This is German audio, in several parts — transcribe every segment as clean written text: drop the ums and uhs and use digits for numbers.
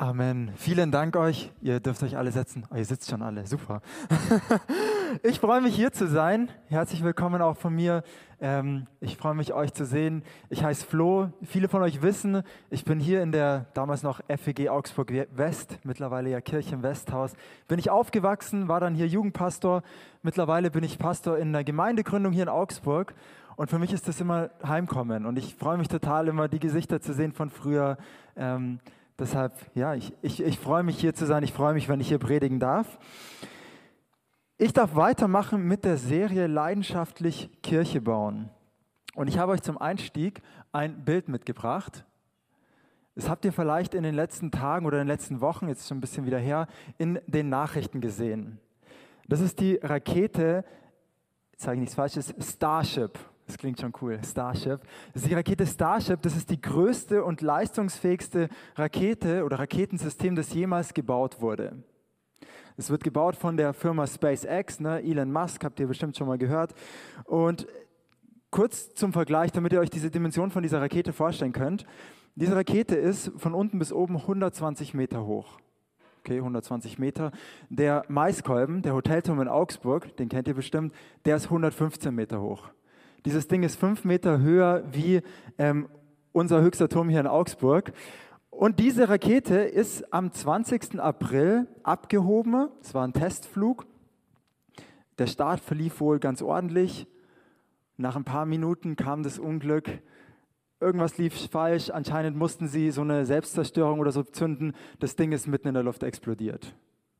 Amen. Vielen Dank euch. Ihr dürft euch alle setzen. Oh, ihr sitzt schon alle. Super. Ich freue mich, hier zu sein. Herzlich willkommen auch von mir. Ich freue mich, euch zu sehen. Ich heiße Flo. Viele von euch wissen, ich bin hier in der damals noch FEG Augsburg West, mittlerweile ja Kirche im Westhaus. Bin ich aufgewachsen, war dann hier Jugendpastor. Mittlerweile bin ich Pastor in der Gemeindegründung hier in Augsburg. Und für mich ist das immer Heimkommen. Und ich freue mich total, immer die Gesichter zu sehen von früher. Deshalb, ja, ich freue mich, hier zu sein. Ich freue mich, wenn ich hier predigen darf. Ich darf weitermachen mit der Serie Leidenschaftlich Kirche bauen. Und ich habe euch zum Einstieg ein Bild mitgebracht. Das habt ihr vielleicht in den letzten Tagen oder in den letzten Wochen, jetzt schon ein bisschen wieder her, in den Nachrichten gesehen. Das ist die Rakete, ich sage nichts Falsches, Starship. Das klingt schon cool, Starship. Das ist die Rakete Starship, das ist die größte und leistungsfähigste Rakete oder Raketensystem, das jemals gebaut wurde. Es wird gebaut von der Firma SpaceX, Elon Musk, habt ihr bestimmt schon mal gehört. Und kurz zum Vergleich, damit ihr euch diese Dimension von dieser Rakete vorstellen könnt. Diese Rakete ist von unten bis oben 120 Meter hoch. Okay, 120 Meter. Der Maiskolben, der Hotelturm in Augsburg, den kennt ihr bestimmt, der ist 115 Meter hoch. Dieses Ding ist 5 Meter höher wie unser höchster Turm hier in Augsburg. Und diese Rakete ist am 20. April abgehoben. Es war ein Testflug. Der Start verlief wohl ganz ordentlich. Nach ein paar Minuten kam das Unglück. Irgendwas lief falsch. Anscheinend mussten sie so eine Selbstzerstörung oder so zünden. Das Ding ist mitten in der Luft explodiert.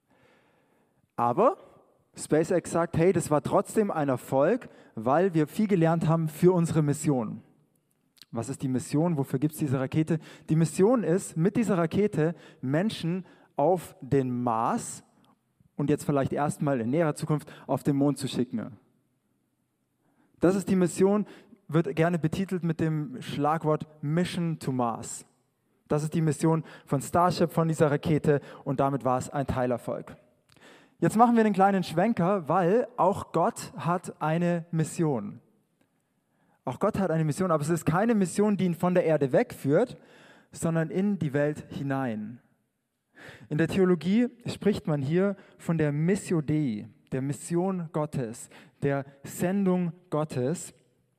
Aber SpaceX sagt, hey, das war trotzdem ein Erfolg, weil wir viel gelernt haben für unsere Mission. Was ist die Mission? Wofür gibt es diese Rakete? Die Mission ist, mit dieser Rakete Menschen auf den Mars und jetzt vielleicht erstmal in näherer Zukunft auf den Mond zu schicken. Das ist die Mission, wird gerne betitelt mit dem Schlagwort Mission to Mars. Das ist die Mission von Starship, von dieser Rakete, und damit war es ein Teilerfolg. Jetzt machen wir einen kleinen Schwenker, weil auch Gott hat eine Mission. Auch Gott hat eine Mission, aber es ist keine Mission, die ihn von der Erde wegführt, sondern in die Welt hinein. In der Theologie spricht man hier von der Missio Dei, der Mission Gottes, der Sendung Gottes.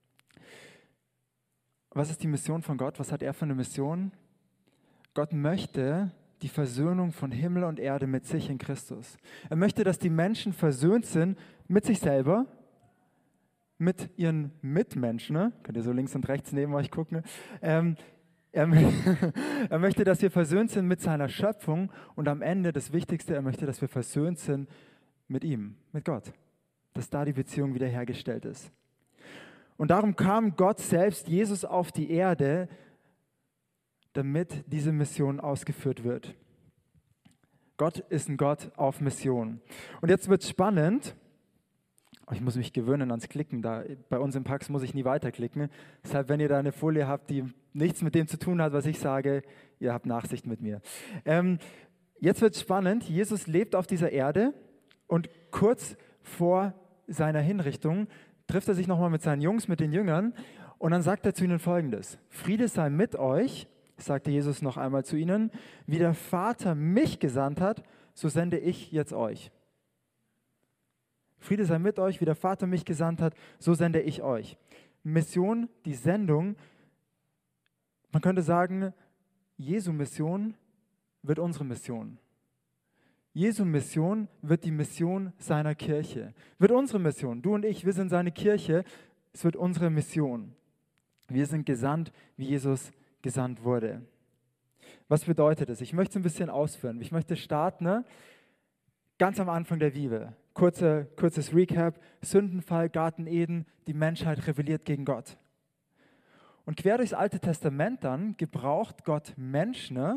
Was ist die Mission von Gott? Was hat er für eine Mission? Gott möchte die Versöhnung von Himmel und Erde mit sich in Christus. Er möchte, dass die Menschen versöhnt sind mit sich selber, mit ihren Mitmenschen. Könnt ihr so links und rechts neben euch gucken. Er möchte, dass wir versöhnt sind mit seiner Schöpfung, und am Ende das Wichtigste, er möchte, dass wir versöhnt sind mit ihm, mit Gott. Dass da die Beziehung wiederhergestellt ist. Und darum kam Gott selbst, Jesus, auf die Erde, damit diese Mission ausgeführt wird. Gott ist ein Gott auf Mission. Und jetzt wird es spannend. Ich muss mich gewöhnen ans Klicken. Bei uns im Pax muss ich nie weiterklicken. Deshalb, wenn ihr da eine Folie habt, die nichts mit dem zu tun hat, was ich sage, ihr habt Nachsicht mit mir. Jetzt wird es spannend. Jesus lebt auf dieser Erde, und kurz vor seiner Hinrichtung trifft er sich nochmal mit seinen Jungs, mit den Jüngern, und dann sagt er zu ihnen Folgendes: Friede sei mit euch, sagte Jesus noch einmal zu ihnen, wie der Vater mich gesandt hat, so sende ich jetzt euch. Friede sei mit euch, wie der Vater mich gesandt hat, so sende ich euch. Mission, die Sendung, man könnte sagen, Jesu Mission wird unsere Mission. Jesu Mission wird die Mission seiner Kirche. Wird unsere Mission. Du und ich, wir sind seine Kirche, es wird unsere Mission. Wir sind gesandt, wie Jesus gesandt wurde. Was bedeutet das? Ich möchte es ein bisschen ausführen. Ich möchte starten ganz am Anfang der Bibel. Kurzes Recap: Sündenfall, Garten Eden, die Menschheit rebelliert gegen Gott. Und quer durchs Alte Testament dann gebraucht Gott Menschen,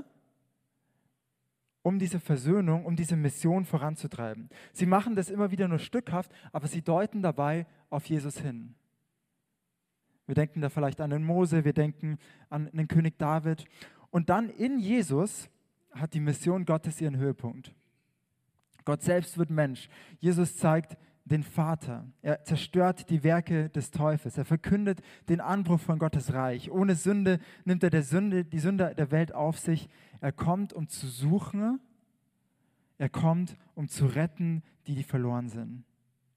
um diese Versöhnung, um diese Mission voranzutreiben. Sie machen das immer wieder nur stückhaft, aber sie deuten dabei auf Jesus hin. Wir denken da vielleicht an den Mose, wir denken an den König David. Und dann in Jesus hat die Mission Gottes ihren Höhepunkt. Gott selbst wird Mensch. Jesus zeigt den Vater. Er zerstört die Werke des Teufels. Er verkündet den Anbruch von Gottes Reich. Ohne Sünde nimmt er die Sünde der Welt auf sich. Er kommt, um zu suchen. Er kommt, um zu retten, die verloren sind.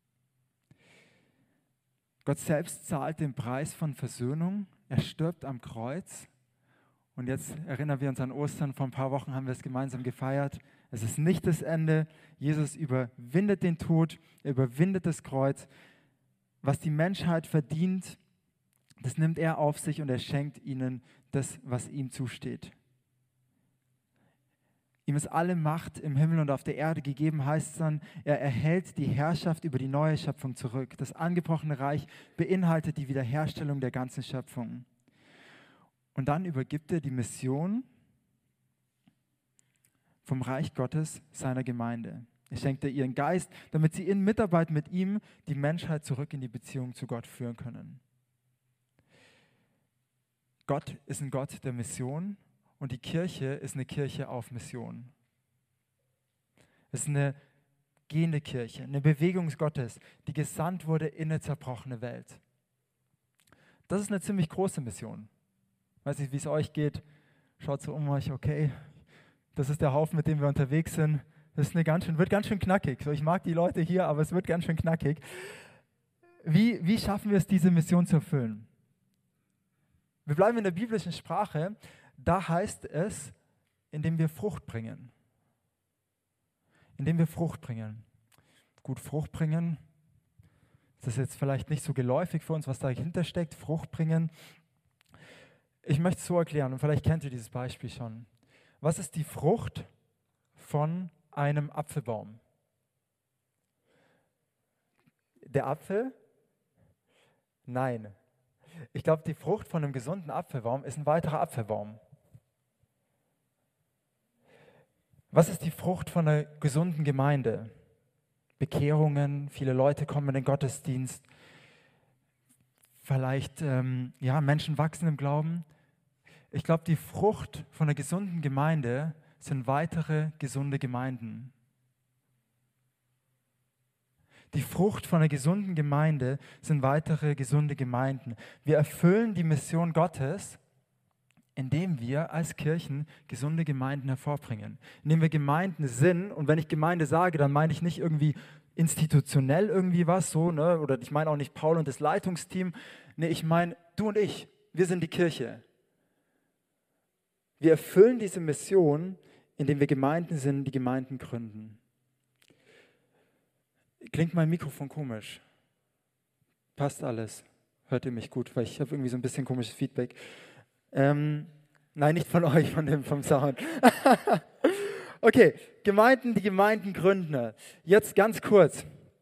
Gott selbst zahlt den Preis von Versöhnung. Er stirbt am Kreuz. Und jetzt erinnern wir uns an Ostern. Vor ein paar Wochen haben wir es gemeinsam gefeiert. Es ist nicht das Ende. Jesus überwindet den Tod. Er überwindet das Kreuz. Was die Menschheit verdient, das nimmt er auf sich und er schenkt ihnen das, was ihm zusteht. Ihm ist alle Macht im Himmel und auf der Erde gegeben, heißt es dann, er erhält die Herrschaft über die neue Schöpfung zurück. Das angebrochene Reich beinhaltet die Wiederherstellung der ganzen Schöpfung. Und dann übergibt er die Mission vom Reich Gottes seiner Gemeinde. Er schenkt ihr ihren Geist, damit sie in Mitarbeit mit ihm die Menschheit zurück in die Beziehung zu Gott führen können. Gott ist ein Gott der Mission und die Kirche ist eine Kirche auf Mission. Es ist eine gehende Kirche, eine Bewegung Gottes, die gesandt wurde in eine zerbrochene Welt. Das ist eine ziemlich große Mission. Ich weiß nicht, wie es euch geht. Schaut so um euch, okay, das ist der Haufen, mit dem wir unterwegs sind. Das ist wird ganz schön knackig. So, ich mag die Leute hier, aber es wird ganz schön knackig. Wie schaffen wir es, diese Mission zu erfüllen? Wir bleiben in der biblischen Sprache. Da heißt es, indem wir Frucht bringen. Indem wir Frucht bringen. Gut, Frucht bringen, das ist jetzt vielleicht nicht so geläufig für uns, was dahinter steckt. Frucht bringen. Ich möchte es so erklären und vielleicht kennt ihr dieses Beispiel schon. Was ist die Frucht von einem Apfelbaum? Der Apfel? Nein. Ich glaube, die Frucht von einem gesunden Apfelbaum ist ein weiterer Apfelbaum. Was ist die Frucht von einer gesunden Gemeinde? Bekehrungen, viele Leute kommen in den Gottesdienst, vielleicht Menschen wachsen im Glauben. Ich glaube, die Frucht von einer gesunden Gemeinde sind weitere gesunde Gemeinden. Die Frucht von einer gesunden Gemeinde sind weitere gesunde Gemeinden. Wir erfüllen die Mission Gottes, indem wir als Kirchen gesunde Gemeinden hervorbringen. Indem wir Gemeinden sind, und wenn ich Gemeinde sage, dann meine ich nicht irgendwie institutionell irgendwie was, so, ne? Oder ich meine auch nicht Paul und das Leitungsteam. Nee, ich meine du und ich, wir sind die Kirche. Wir erfüllen diese Mission, indem wir Gemeinden sind, die Gemeinden gründen. Klingt mein Mikrofon komisch? Passt alles? Hört ihr mich gut? Weil ich habe irgendwie so ein bisschen komisches Feedback. Nein, nicht von euch, vom Sound. Okay, Gemeinden, die Gemeinden gründen. Jetzt ganz kurz.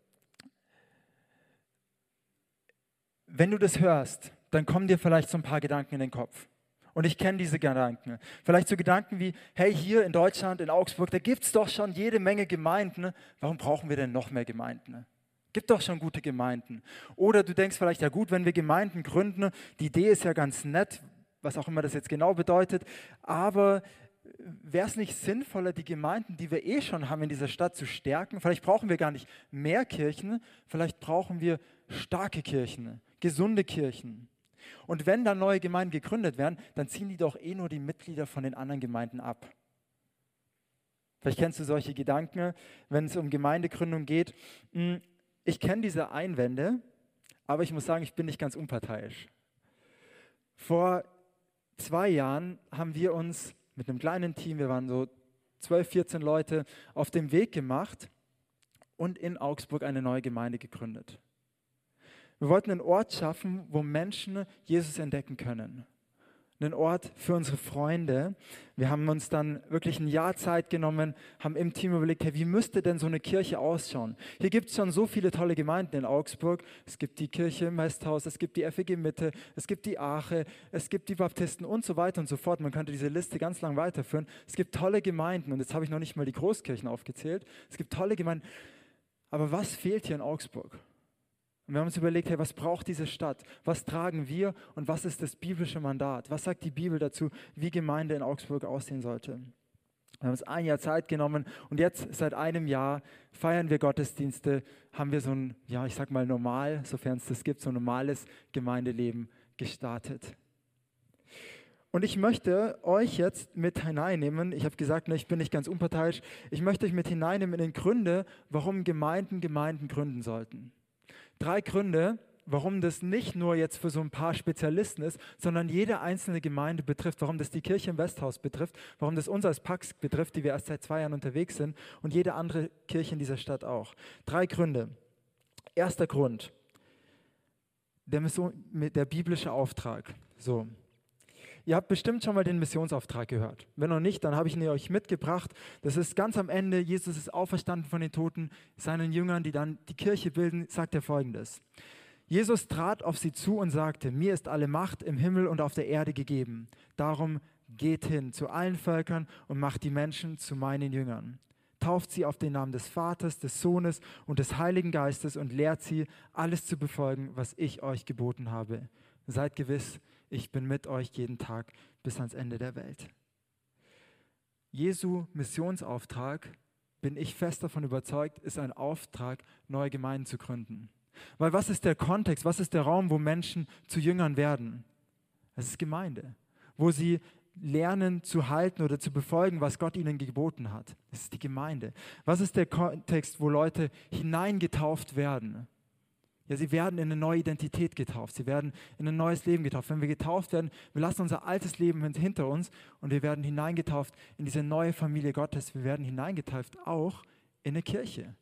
Wenn du das hörst, dann kommen dir vielleicht so ein paar Gedanken in den Kopf. Und ich kenne diese Gedanken. Vielleicht so Gedanken wie, hey, hier in Deutschland, in Augsburg, da gibt es doch schon jede Menge Gemeinden. Warum brauchen wir denn noch mehr Gemeinden? Gibt doch schon gute Gemeinden. Oder du denkst vielleicht, ja gut, wenn wir Gemeinden gründen, die Idee ist ja ganz nett, was auch immer das jetzt genau bedeutet, aber wäre es nicht sinnvoller, die Gemeinden, die wir eh schon haben in dieser Stadt, zu stärken? Vielleicht brauchen wir gar nicht mehr Kirchen, vielleicht brauchen wir starke Kirchen, gesunde Kirchen. Und wenn dann neue Gemeinden gegründet werden, dann ziehen die doch eh nur die Mitglieder von den anderen Gemeinden ab. Vielleicht kennst du solche Gedanken, wenn es um Gemeindegründung geht. Ich kenne diese Einwände, aber ich muss sagen, ich bin nicht ganz unparteiisch. Vor 2 Jahren haben wir uns mit einem kleinen Team, wir waren so 12, 14 Leute, auf den Weg gemacht und in Augsburg eine neue Gemeinde gegründet. Wir wollten einen Ort schaffen, wo Menschen Jesus entdecken können. Einen Ort für unsere Freunde. Wir haben uns dann wirklich ein Jahr Zeit genommen, haben im Team überlegt, hey, wie müsste denn so eine Kirche ausschauen? Hier gibt es schon so viele tolle Gemeinden in Augsburg. Es gibt die Kirche im Westhaus, es gibt die FEG Mitte, es gibt die Arche, es gibt die Baptisten und so weiter und so fort. Man könnte diese Liste ganz lang weiterführen. Es gibt tolle Gemeinden und jetzt habe ich noch nicht mal die Großkirchen aufgezählt. Es gibt tolle Gemeinden. Aber was fehlt hier in Augsburg? Und wir haben uns überlegt, hey, was braucht diese Stadt? Was tragen wir und was ist das biblische Mandat? Was sagt die Bibel dazu, wie Gemeinde in Augsburg aussehen sollte? Wir haben uns 1 Jahr Zeit genommen und jetzt seit einem Jahr feiern wir Gottesdienste, haben wir so ein, ja, ich sag mal normal, sofern es das gibt, so ein normales Gemeindeleben gestartet. Und ich möchte euch jetzt mit hineinnehmen, ich habe gesagt, ich bin nicht ganz unparteiisch, ich möchte euch mit hineinnehmen in den Gründe, warum Gemeinden gründen sollten. 3 Gründe, warum das nicht nur jetzt für so ein paar Spezialisten ist, sondern jede einzelne Gemeinde betrifft, warum das die Kirche im Westhaus betrifft, warum das uns als Pax betrifft, die wir erst seit 2 Jahren unterwegs sind und jede andere Kirche in dieser Stadt auch. 3 Gründe. Erster Grund, der biblische Auftrag. So. Ihr habt bestimmt schon mal den Missionsauftrag gehört. Wenn noch nicht, dann habe ich ihn euch mitgebracht. Das ist ganz am Ende, Jesus ist auferstanden von den Toten, seinen Jüngern, die dann die Kirche bilden, sagt er Folgendes. Jesus trat auf sie zu und sagte, mir ist alle Macht im Himmel und auf der Erde gegeben. Darum geht hin zu allen Völkern und macht die Menschen zu meinen Jüngern. Tauft sie auf den Namen des Vaters, des Sohnes und des Heiligen Geistes und lehrt sie, alles zu befolgen, was ich euch geboten habe. Seid gewiss, ich bin mit euch jeden Tag bis ans Ende der Welt. Jesu Missionsauftrag, bin ich fest davon überzeugt, ist ein Auftrag, neue Gemeinden zu gründen. Weil was ist der Kontext, was ist der Raum, wo Menschen zu Jüngern werden? Es ist Gemeinde, wo sie lernen zu halten oder zu befolgen, was Gott ihnen geboten hat. Es ist die Gemeinde. Was ist der Kontext, wo Leute hineingetauft werden? Ja, sie werden in eine neue Identität getauft, sie werden in ein neues Leben getauft. Wenn wir getauft werden, wir lassen unser altes Leben hinter uns und wir werden hineingetauft in diese neue Familie Gottes. Wir werden hineingetauft auch in eine Kirche.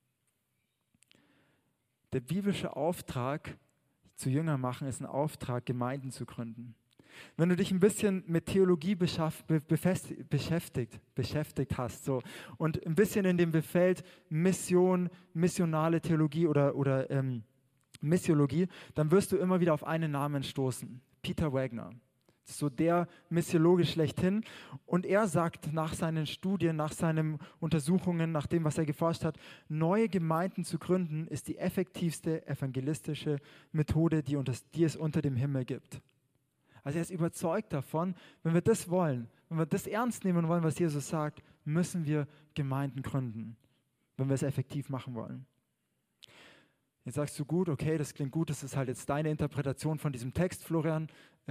Der biblische Auftrag zu Jüngern machen ist ein Auftrag, Gemeinden zu gründen. Wenn du dich ein bisschen mit Theologie beschäftigt hast und ein bisschen in dem Feld Mission, missionale Theologie oder Missiologie, dann wirst du immer wieder auf einen Namen stoßen, Peter Wagner. Das ist so der Missiologe schlechthin. Und er sagt nach seinen Studien, nach seinen Untersuchungen, nach dem, was er geforscht hat, neue Gemeinden zu gründen, ist die effektivste evangelistische Methode, die es unter dem Himmel gibt. Also er ist überzeugt davon, wenn wir das wollen, wenn wir das ernst nehmen wollen, was Jesus sagt, müssen wir Gemeinden gründen, wenn wir es effektiv machen wollen. Jetzt sagst du, gut, okay, das klingt gut, das ist halt jetzt deine Interpretation von diesem Text, Florian.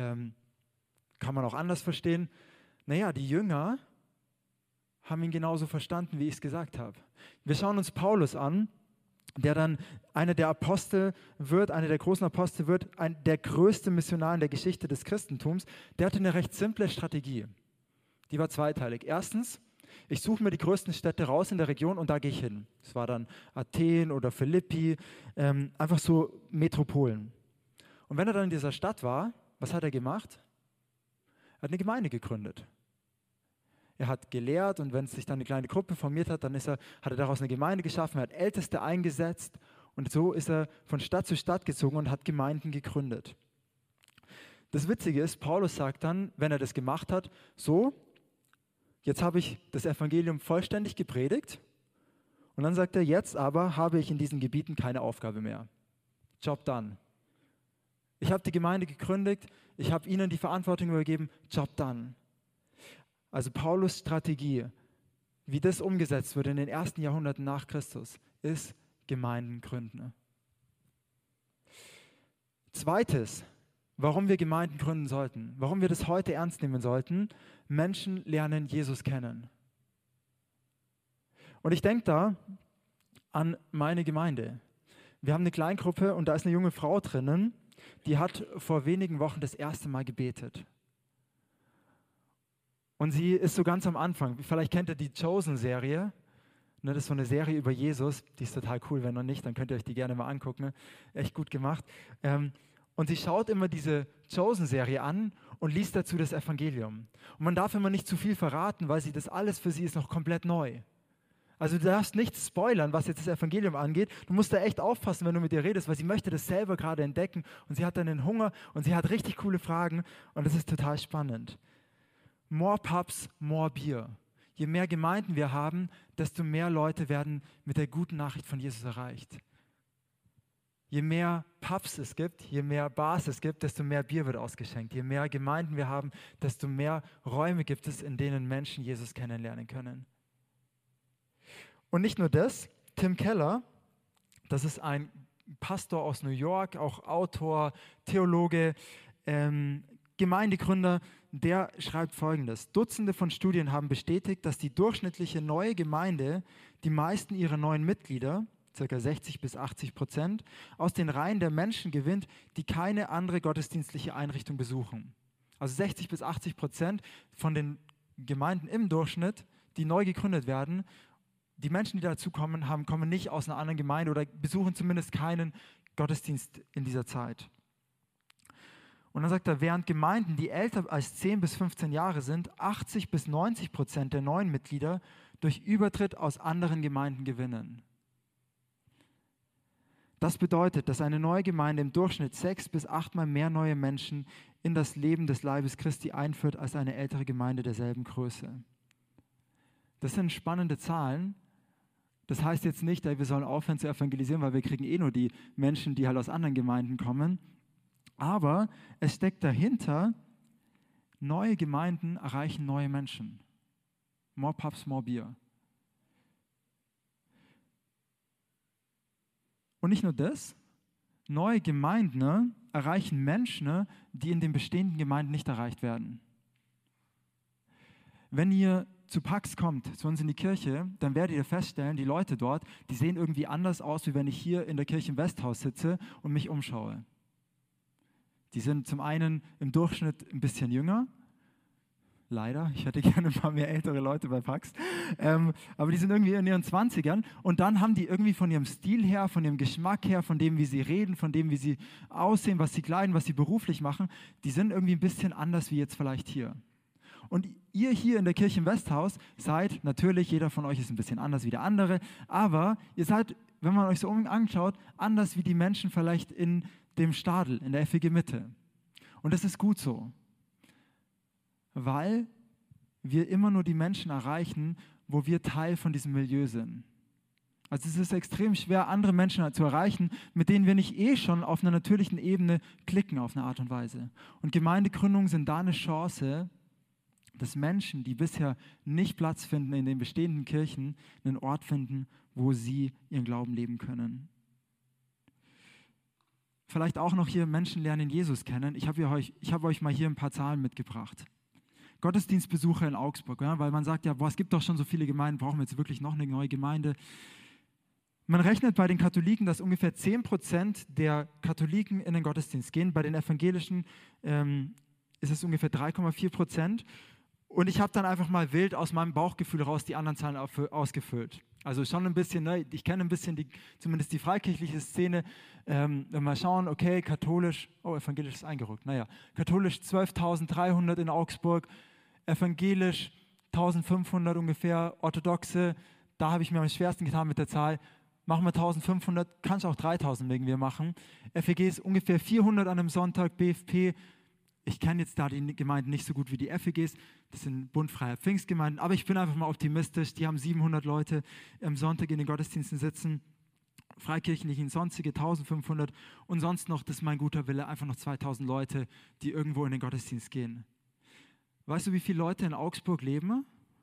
Kann man auch anders verstehen. Naja, die Jünger haben ihn genauso verstanden, wie ich es gesagt habe. Wir schauen uns Paulus an, der dann einer der Apostel wird, einer der großen Apostel wird, der größte Missionar in der Geschichte des Christentums. Der hatte eine recht simple Strategie. Die war zweiteilig. Erstens, ich suche mir die größten Städte raus in der Region und da gehe ich hin. Das war dann Athen oder Philippi, einfach so Metropolen. Und wenn er dann in dieser Stadt war, was hat er gemacht? Er hat eine Gemeinde gegründet. Er hat gelehrt und wenn sich dann eine kleine Gruppe formiert hat, dann hat er daraus eine Gemeinde geschaffen, er hat Älteste eingesetzt und so ist er von Stadt zu Stadt gezogen und hat Gemeinden gegründet. Das Witzige ist, Paulus sagt dann, wenn er das gemacht hat, so, jetzt habe ich das Evangelium vollständig gepredigt und dann sagt er, jetzt aber habe ich in diesen Gebieten keine Aufgabe mehr. Job done. Ich habe die Gemeinde gegründet, ich habe ihnen die Verantwortung übergeben, Job done. Also Paulus' Strategie, wie das umgesetzt wird in den ersten Jahrhunderten nach Christus, ist Gemeinden gründen. Zweites, warum wir Gemeinden gründen sollten, warum wir das heute ernst nehmen sollten, Menschen lernen Jesus kennen. Und ich denke da an meine Gemeinde. Wir haben eine Kleingruppe und da ist eine junge Frau drinnen, die hat vor wenigen Wochen das erste Mal gebetet. Und sie ist so ganz am Anfang. Vielleicht kennt ihr die Chosen-Serie. Das ist so eine Serie über Jesus. Die ist total cool. Wenn noch nicht, dann könnt ihr euch die gerne mal angucken. Echt gut gemacht. Und sie schaut immer diese Chosen-Serie an und liest dazu das Evangelium. Und man darf immer nicht zu viel verraten, weil das alles für sie ist noch komplett neu. Also du darfst nichts spoilern, was jetzt das Evangelium angeht. Du musst da echt aufpassen, wenn du mit ihr redest, weil sie möchte das selber gerade entdecken und sie hat dann den Hunger und sie hat richtig coole Fragen und das ist total spannend. More Pubs, more Bier. Je mehr Gemeinden wir haben, desto mehr Leute werden mit der guten Nachricht von Jesus erreicht. Je mehr Pubs es gibt, je mehr Bars es gibt, desto mehr Bier wird ausgeschenkt. Je mehr Gemeinden wir haben, desto mehr Räume gibt es, in denen Menschen Jesus kennenlernen können. Und nicht nur das, Tim Keller, das ist ein Pastor aus New York, auch Autor, Theologe, Gemeindegründer, der schreibt Folgendes: Dutzende von Studien haben bestätigt, dass die durchschnittliche neue Gemeinde die meisten ihrer neuen Mitglieder, ca. 60-80%, aus den Reihen der Menschen gewinnt, die keine andere gottesdienstliche Einrichtung besuchen. Also 60-80% von den Gemeinden im Durchschnitt, die neu gegründet werden, die Menschen, die dazukommen, kommen nicht aus einer anderen Gemeinde oder besuchen zumindest keinen Gottesdienst in dieser Zeit. Und dann sagt er, während Gemeinden, die älter als 10 bis 15 Jahre sind, 80-90% der neuen Mitglieder durch Übertritt aus anderen Gemeinden gewinnen. Das bedeutet, dass eine neue Gemeinde im Durchschnitt 6 bis 8 Mal mehr neue Menschen in das Leben des Leibes Christi einführt als eine ältere Gemeinde derselben Größe. Das sind spannende Zahlen. Das heißt jetzt nicht, wir sollen aufhören zu evangelisieren, weil wir kriegen eh nur die Menschen, die halt aus anderen Gemeinden kommen. Aber es steckt dahinter, neue Gemeinden erreichen neue Menschen. More Pubs, more Beer. Und nicht nur das, neue Gemeinden erreichen Menschen, die in den bestehenden Gemeinden nicht erreicht werden. Wenn ihr zu Pax kommt, zu uns in die Kirche, dann werdet ihr feststellen, die Leute dort, die sehen irgendwie anders aus, wie wenn ich hier in der Kirche im Westhaus sitze und mich umschaue. Die sind zum einen im Durchschnitt ein bisschen jünger, leider, ich hätte gerne ein paar mehr ältere Leute bei Pax, aber die sind irgendwie in ihren 20ern und dann haben die irgendwie von ihrem Stil her, von ihrem Geschmack her, von dem, wie sie reden, von dem, wie sie aussehen, was sie kleiden, was sie beruflich machen, die sind irgendwie ein bisschen anders wie jetzt vielleicht hier. Und ihr hier in der Kirche im Westhaus seid, natürlich, jeder von euch ist ein bisschen anders wie der andere, aber ihr seid, wenn man euch so anschaut, anders wie die Menschen vielleicht in dem Stadel, in der FEG Mitte. Und das ist gut so, weil wir immer nur die Menschen erreichen, wo wir Teil von diesem Milieu sind. Also es ist extrem schwer, andere Menschen zu erreichen, mit denen wir nicht schon auf einer natürlichen Ebene klicken auf eine Art und Weise. Und Gemeindegründungen sind da eine Chance, dass Menschen, die bisher nicht Platz finden in den bestehenden Kirchen, einen Ort finden, wo sie ihren Glauben leben können. Vielleicht auch noch hier Menschen lernen Jesus kennen. Ich habe euch mal hier ein paar Zahlen mitgebracht. Gottesdienstbesucher in Augsburg, ja, weil man sagt ja, es gibt doch schon so viele Gemeinden, brauchen wir jetzt wirklich noch eine neue Gemeinde? Man rechnet bei den Katholiken, dass ungefähr 10% der Katholiken in den Gottesdienst gehen. Bei den Evangelischen ist es ungefähr 3,4%. Und ich habe dann einfach mal wild aus meinem Bauchgefühl raus die anderen Zahlen ausgefüllt. Also schon ein bisschen, ne, ich kenne ein bisschen zumindest die freikirchliche Szene. Wenn wir schauen, okay, katholisch, evangelisch ist eingerückt, katholisch 12.300 in Augsburg, evangelisch 1.500 ungefähr, orthodoxe, da habe ich mir am schwersten getan mit der Zahl, machen wir 1.500, kannst auch 3.000 wegen wir machen. FEG ist ungefähr 400 an einem Sonntag, BFP, ich kenne jetzt da die Gemeinden nicht so gut wie die FEGs, das sind bundfreie Pfingstgemeinden, aber ich bin einfach mal optimistisch, die haben 700 Leute am Sonntag in den Gottesdiensten sitzen, freikirchlichen sonstige 1500 und sonst noch, das ist mein guter Wille, einfach noch 2000 Leute, die irgendwo in den Gottesdienst gehen. Weißt du, wie viele Leute in Augsburg leben?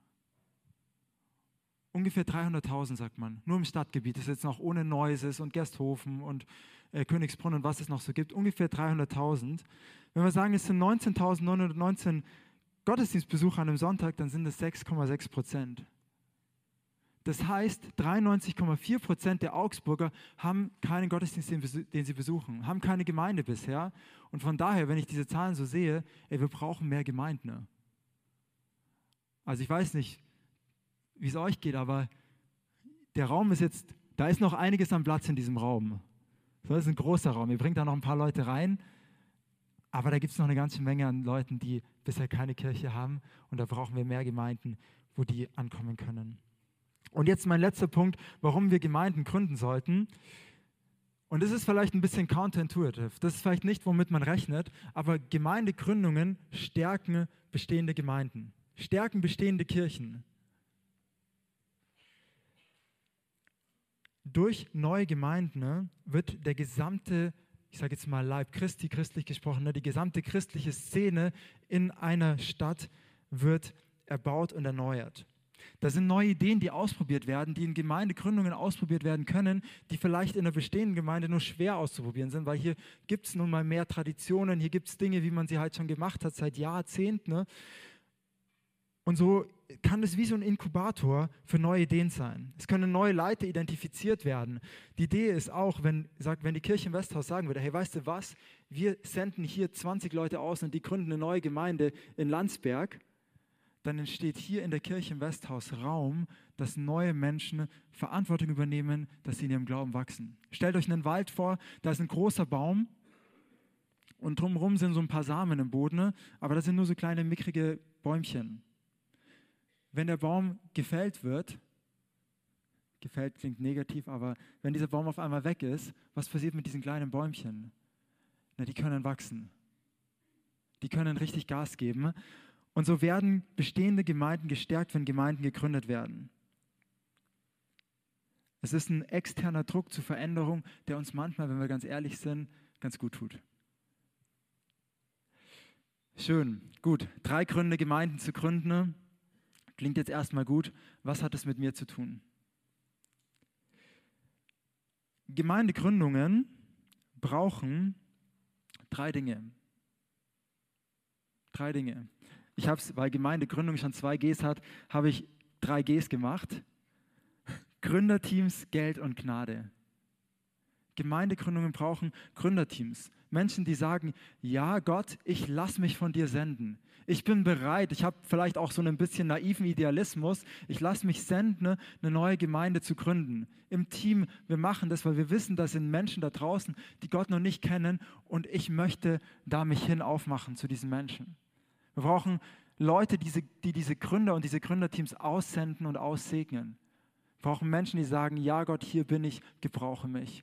Ungefähr 300.000, sagt man, nur im Stadtgebiet, das ist jetzt noch ohne Neuses und Gersthofen und Königsbrunn und was es noch so gibt, ungefähr 300.000. Wenn wir sagen, es sind 19.919 Gottesdienstbesucher an einem Sonntag, dann sind es 6,6%. Das heißt, 93,4% der Augsburger haben keinen Gottesdienst, den sie besuchen, haben keine Gemeinde bisher. Und von daher, wenn ich diese Zahlen so sehe, wir brauchen mehr Gemeinden. Ne? Also ich weiß nicht, wie es euch geht, aber der Raum ist jetzt, da ist noch einiges an Platz in diesem Raum. Das ist ein großer Raum, ihr bringt da noch ein paar Leute rein, aber da gibt es noch eine ganze Menge an Leuten, die bisher keine Kirche haben und da brauchen wir mehr Gemeinden, wo die ankommen können. Und jetzt mein letzter Punkt, warum wir Gemeinden gründen sollten. Und das ist vielleicht ein bisschen counterintuitive, das ist vielleicht nicht, womit man rechnet, aber Gemeindegründungen stärken bestehende Gemeinden, stärken bestehende Kirchen. Durch neue Gemeinden wird der gesamte, ich sage jetzt mal Leib Christi, christlich gesprochen, die gesamte christliche Szene in einer Stadt wird erbaut und erneuert. Da sind neue Ideen, die ausprobiert werden, die in Gemeindegründungen ausprobiert werden können, die vielleicht in der bestehenden Gemeinde nur schwer auszuprobieren sind, weil hier gibt es nun mal mehr Traditionen, hier gibt es Dinge, wie man sie halt schon gemacht hat seit Jahrzehnten. Ne? Und so kann es wie so ein Inkubator für neue Ideen sein. Es können neue Leiter identifiziert werden. Die Idee ist auch, wenn die Kirche im Westhaus sagen würde, hey, weißt du was, wir senden hier 20 Leute aus und die gründen eine neue Gemeinde in Landsberg, dann entsteht hier in der Kirche im Westhaus Raum, dass neue Menschen Verantwortung übernehmen, dass sie in ihrem Glauben wachsen. Stellt euch einen Wald vor, da ist ein großer Baum und drumherum sind so ein paar Samen im Boden, aber das sind nur so kleine, mickrige Bäumchen. Wenn der Baum gefällt wird, gefällt klingt negativ, aber wenn dieser Baum auf einmal weg ist, was passiert mit diesen kleinen Bäumchen? Na, die können wachsen. Die können richtig Gas geben. Und so werden bestehende Gemeinden gestärkt, wenn Gemeinden gegründet werden. Es ist ein externer Druck zur Veränderung, der uns manchmal, wenn wir ganz ehrlich sind, ganz gut tut. Schön, gut. 3 Gründe, Gemeinden zu gründen. Klingt jetzt erstmal gut. Was hat es mit mir zu tun? Gemeindegründungen brauchen 3 Dinge. 3 Dinge. Ich habe es, weil Gemeindegründung schon 2 Gs hat, habe ich 3 Gs gemacht. Gründerteams, Geld und Gnade. Gemeindegründungen brauchen Gründerteams. Menschen, die sagen, ja Gott, ich lasse mich von dir senden. Ich bin bereit, ich habe vielleicht auch so ein bisschen naiven Idealismus, ich lasse mich senden, eine neue Gemeinde zu gründen. Im Team, wir machen das, weil wir wissen, da sind Menschen da draußen, die Gott noch nicht kennen und ich möchte da mich hin aufmachen zu diesen Menschen. Wir brauchen Leute, die diese Gründer und diese Gründerteams aussenden und aussegnen. Wir brauchen Menschen, die sagen, ja Gott, hier bin ich, gebrauche mich.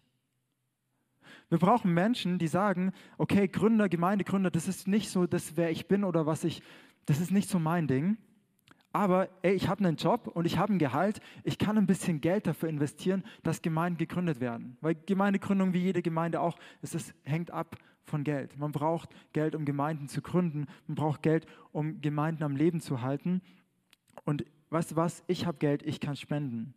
Wir brauchen Menschen, die sagen, okay, Gründer, Gemeindegründer, das ist nicht so, das wer ich bin oder das ist nicht so mein Ding. Aber ey, ich habe einen Job und ich habe ein Gehalt, ich kann ein bisschen Geld dafür investieren, dass Gemeinden gegründet werden. Weil Gemeindegründung, wie jede Gemeinde auch, hängt ab von Geld. Man braucht Geld, um Gemeinden zu gründen. Man braucht Geld, um Gemeinden am Leben zu halten. Und weißt du was, ich habe Geld, ich kann spenden.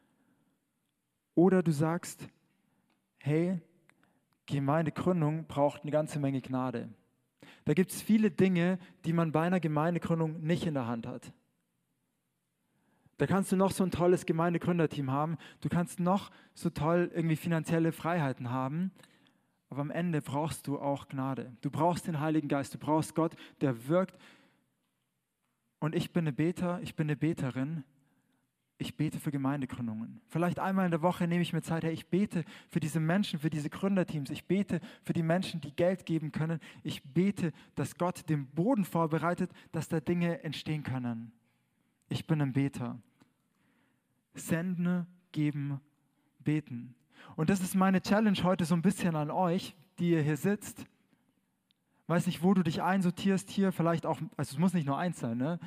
Oder du sagst, hey, Gemeindegründung braucht eine ganze Menge Gnade. Da gibt es viele Dinge, die man bei einer Gemeindegründung nicht in der Hand hat. Da kannst du noch so ein tolles Gemeindegründerteam haben, du kannst noch so toll irgendwie finanzielle Freiheiten haben, aber am Ende brauchst du auch Gnade. Du brauchst den Heiligen Geist, du brauchst Gott, der wirkt. Und ich bin ein Beter, ich bin eine Beterin, ich bete für Gemeindegründungen. Vielleicht einmal in der Woche nehme ich mir Zeit, hey, ich bete für diese Menschen, für diese Gründerteams. Ich bete für die Menschen, die Geld geben können. Ich bete, dass Gott den Boden vorbereitet, dass da Dinge entstehen können. Ich bin ein Beter. Senden, geben, beten. Und das ist meine Challenge heute so ein bisschen an euch, die ihr hier sitzt. Weiß nicht, wo du dich einsortierst hier, vielleicht auch, also es muss nicht nur eins sein, ne?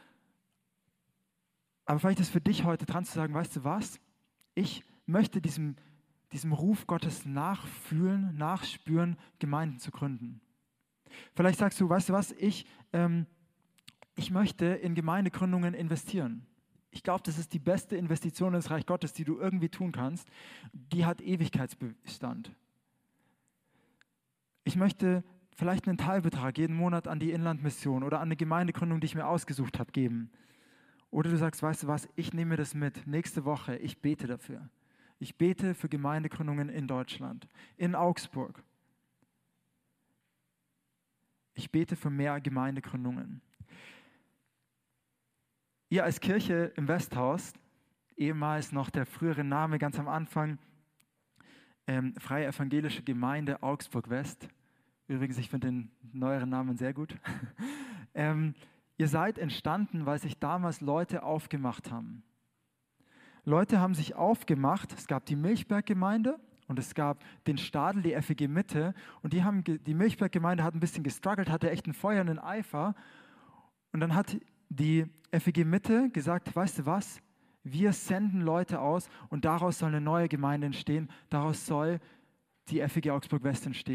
Aber vielleicht ist für dich heute dran zu sagen, weißt du was? Ich möchte diesem Ruf Gottes nachfühlen, nachspüren, Gemeinden zu gründen. Vielleicht sagst du, weißt du was? Ich möchte in Gemeindegründungen investieren. Ich glaube, das ist die beste Investition ins Reich Gottes, die du irgendwie tun kannst. Die hat Ewigkeitsbestand. Ich möchte vielleicht einen Teilbetrag jeden Monat an die Inlandmission oder an eine Gemeindegründung, die ich mir ausgesucht habe, geben. Oder du sagst, weißt du was, ich nehme das mit, nächste Woche, ich bete dafür. Ich bete für Gemeindegründungen in Deutschland, in Augsburg. Ich bete für mehr Gemeindegründungen. Ihr als Kirche im Westhaus, ehemals noch der frühere Name ganz am Anfang, Freie Evangelische Gemeinde Augsburg West. Übrigens, ich finde den neueren Namen sehr gut. Ihr seid entstanden, weil sich damals Leute aufgemacht haben. Leute haben sich aufgemacht, es gab die Milchberg-Gemeinde und es gab den Stadel, die FEG Mitte und die Milchberg-Gemeinde hat ein bisschen gestruggelt, hatte echt einen Feuer, einen Eifer und dann hat die FEG Mitte gesagt, weißt du was, wir senden Leute aus und daraus soll eine neue Gemeinde entstehen, daraus soll die FEG Augsburg West entstehen.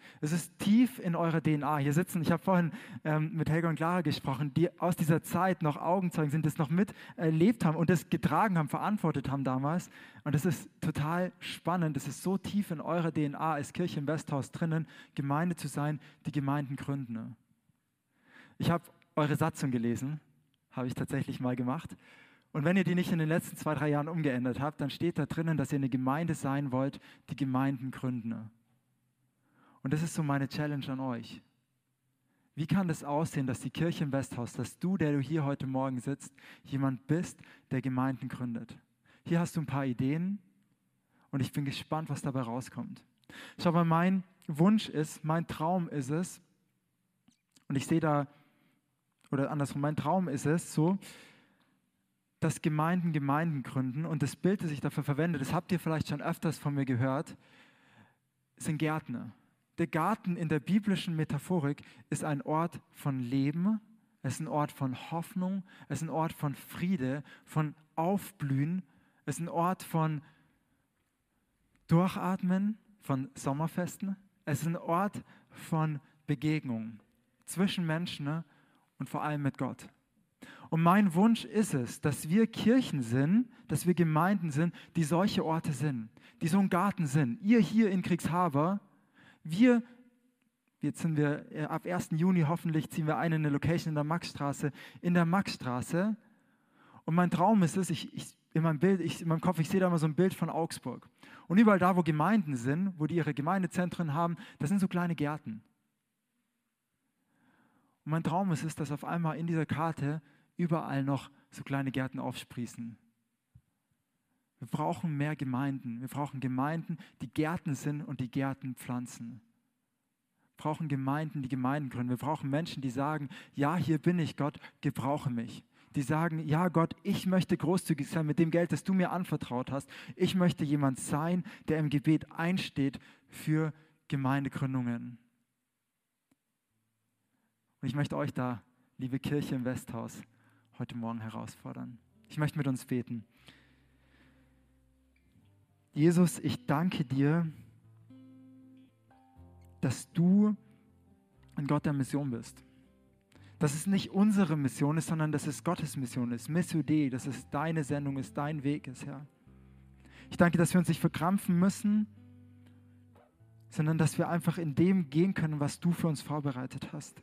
Es ist tief in eurer DNA. Hier sitzen, ich habe vorhin mit Helga und Clara gesprochen, die aus dieser Zeit noch Augenzeugen sind, das noch miterlebt haben und das getragen haben, verantwortet haben damals. Und das ist total spannend. Das ist so tief in eurer DNA als Kirche im Westhaus drinnen, Gemeinde zu sein, die Gemeinden gründen. Ich habe eure Satzung gelesen, habe ich tatsächlich mal gemacht. Und wenn ihr die nicht in den letzten 2, 3 Jahren umgeändert habt, dann steht da drinnen, dass ihr eine Gemeinde sein wollt, die Gemeinden gründen. Und das ist so meine Challenge an euch. Wie kann das aussehen, dass die Kirche im Westhaus, dass du, der du hier heute Morgen sitzt, jemand bist, der Gemeinden gründet? Hier hast du ein paar Ideen und ich bin gespannt, was dabei rauskommt. Schau mal, mein Wunsch ist, mein Traum ist es, und ich sehe da, oder andersrum, mein Traum ist es so, dass Gemeinden gründen und das Bild, das ich dafür verwende, das habt ihr vielleicht schon öfters von mir gehört, sind Gärtner. Der Garten in der biblischen Metaphorik ist ein Ort von Leben, es ist ein Ort von Hoffnung, es ist ein Ort von Friede, von Aufblühen, es ist ein Ort von Durchatmen, von Sommerfesten, es ist ein Ort von Begegnung zwischen Menschen und vor allem mit Gott. Und mein Wunsch ist es, dass wir Kirchen sind, dass wir Gemeinden sind, die solche Orte sind, die so ein Garten sind. Ihr hier in Kriegshaber, jetzt sind wir ab 1. Juni hoffentlich, ziehen wir ein in eine Location in der Maxstraße. Und mein Traum ist es, in meinem Kopf, ich sehe da immer so ein Bild von Augsburg. Und überall da, wo Gemeinden sind, wo die ihre Gemeindezentren haben, das sind so kleine Gärten. Und mein Traum ist es, dass auf einmal in dieser Karte überall noch so kleine Gärten aufsprießen. Wir brauchen mehr Gemeinden. Wir brauchen Gemeinden, die Gärten sind und die Gärten pflanzen. Wir brauchen Gemeinden, die Gemeinden gründen. Wir brauchen Menschen, die sagen, ja, hier bin ich, Gott, gebrauche mich. Die sagen, ja Gott, ich möchte großzügig sein mit dem Geld, das du mir anvertraut hast. Ich möchte jemand sein, der im Gebet einsteht für Gemeindegründungen. Und ich möchte euch da, liebe Kirche im Westhaus, heute Morgen herausfordern. Ich möchte mit uns beten. Jesus, ich danke dir, dass du ein Gott der Mission bist. Dass es nicht unsere Mission ist, sondern dass es Gottes Mission ist. Missio Dei, dass es deine Sendung ist, dein Weg ist, Herr. Ich danke, dass wir uns nicht verkrampfen müssen, sondern dass wir einfach in dem gehen können, was du für uns vorbereitet hast.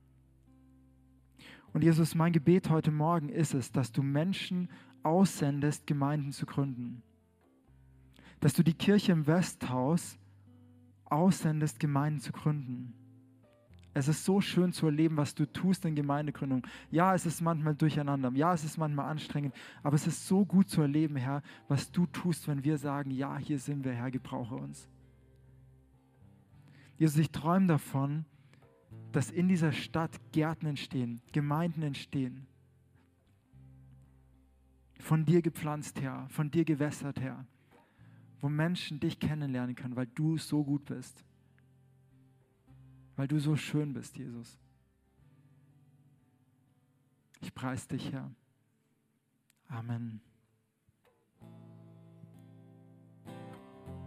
Und Jesus, mein Gebet heute Morgen ist es, dass du Menschen aussendest, Gemeinden zu gründen. Dass du die Kirche im Westhaus aussendest, Gemeinden zu gründen. Es ist so schön zu erleben, was du tust in Gemeindegründung. Ja, es ist manchmal durcheinander. Ja, es ist manchmal anstrengend. Aber es ist so gut zu erleben, Herr, was du tust, wenn wir sagen, ja, hier sind wir, Herr, gebrauche uns. Jesus, ich träume davon, dass in dieser Stadt Gärten entstehen, Gemeinden entstehen. Von dir gepflanzt, Herr, von dir gewässert, Herr. Wo Menschen dich kennenlernen können, weil du so gut bist. Weil du so schön bist, Jesus. Ich preise dich, Herr. Amen.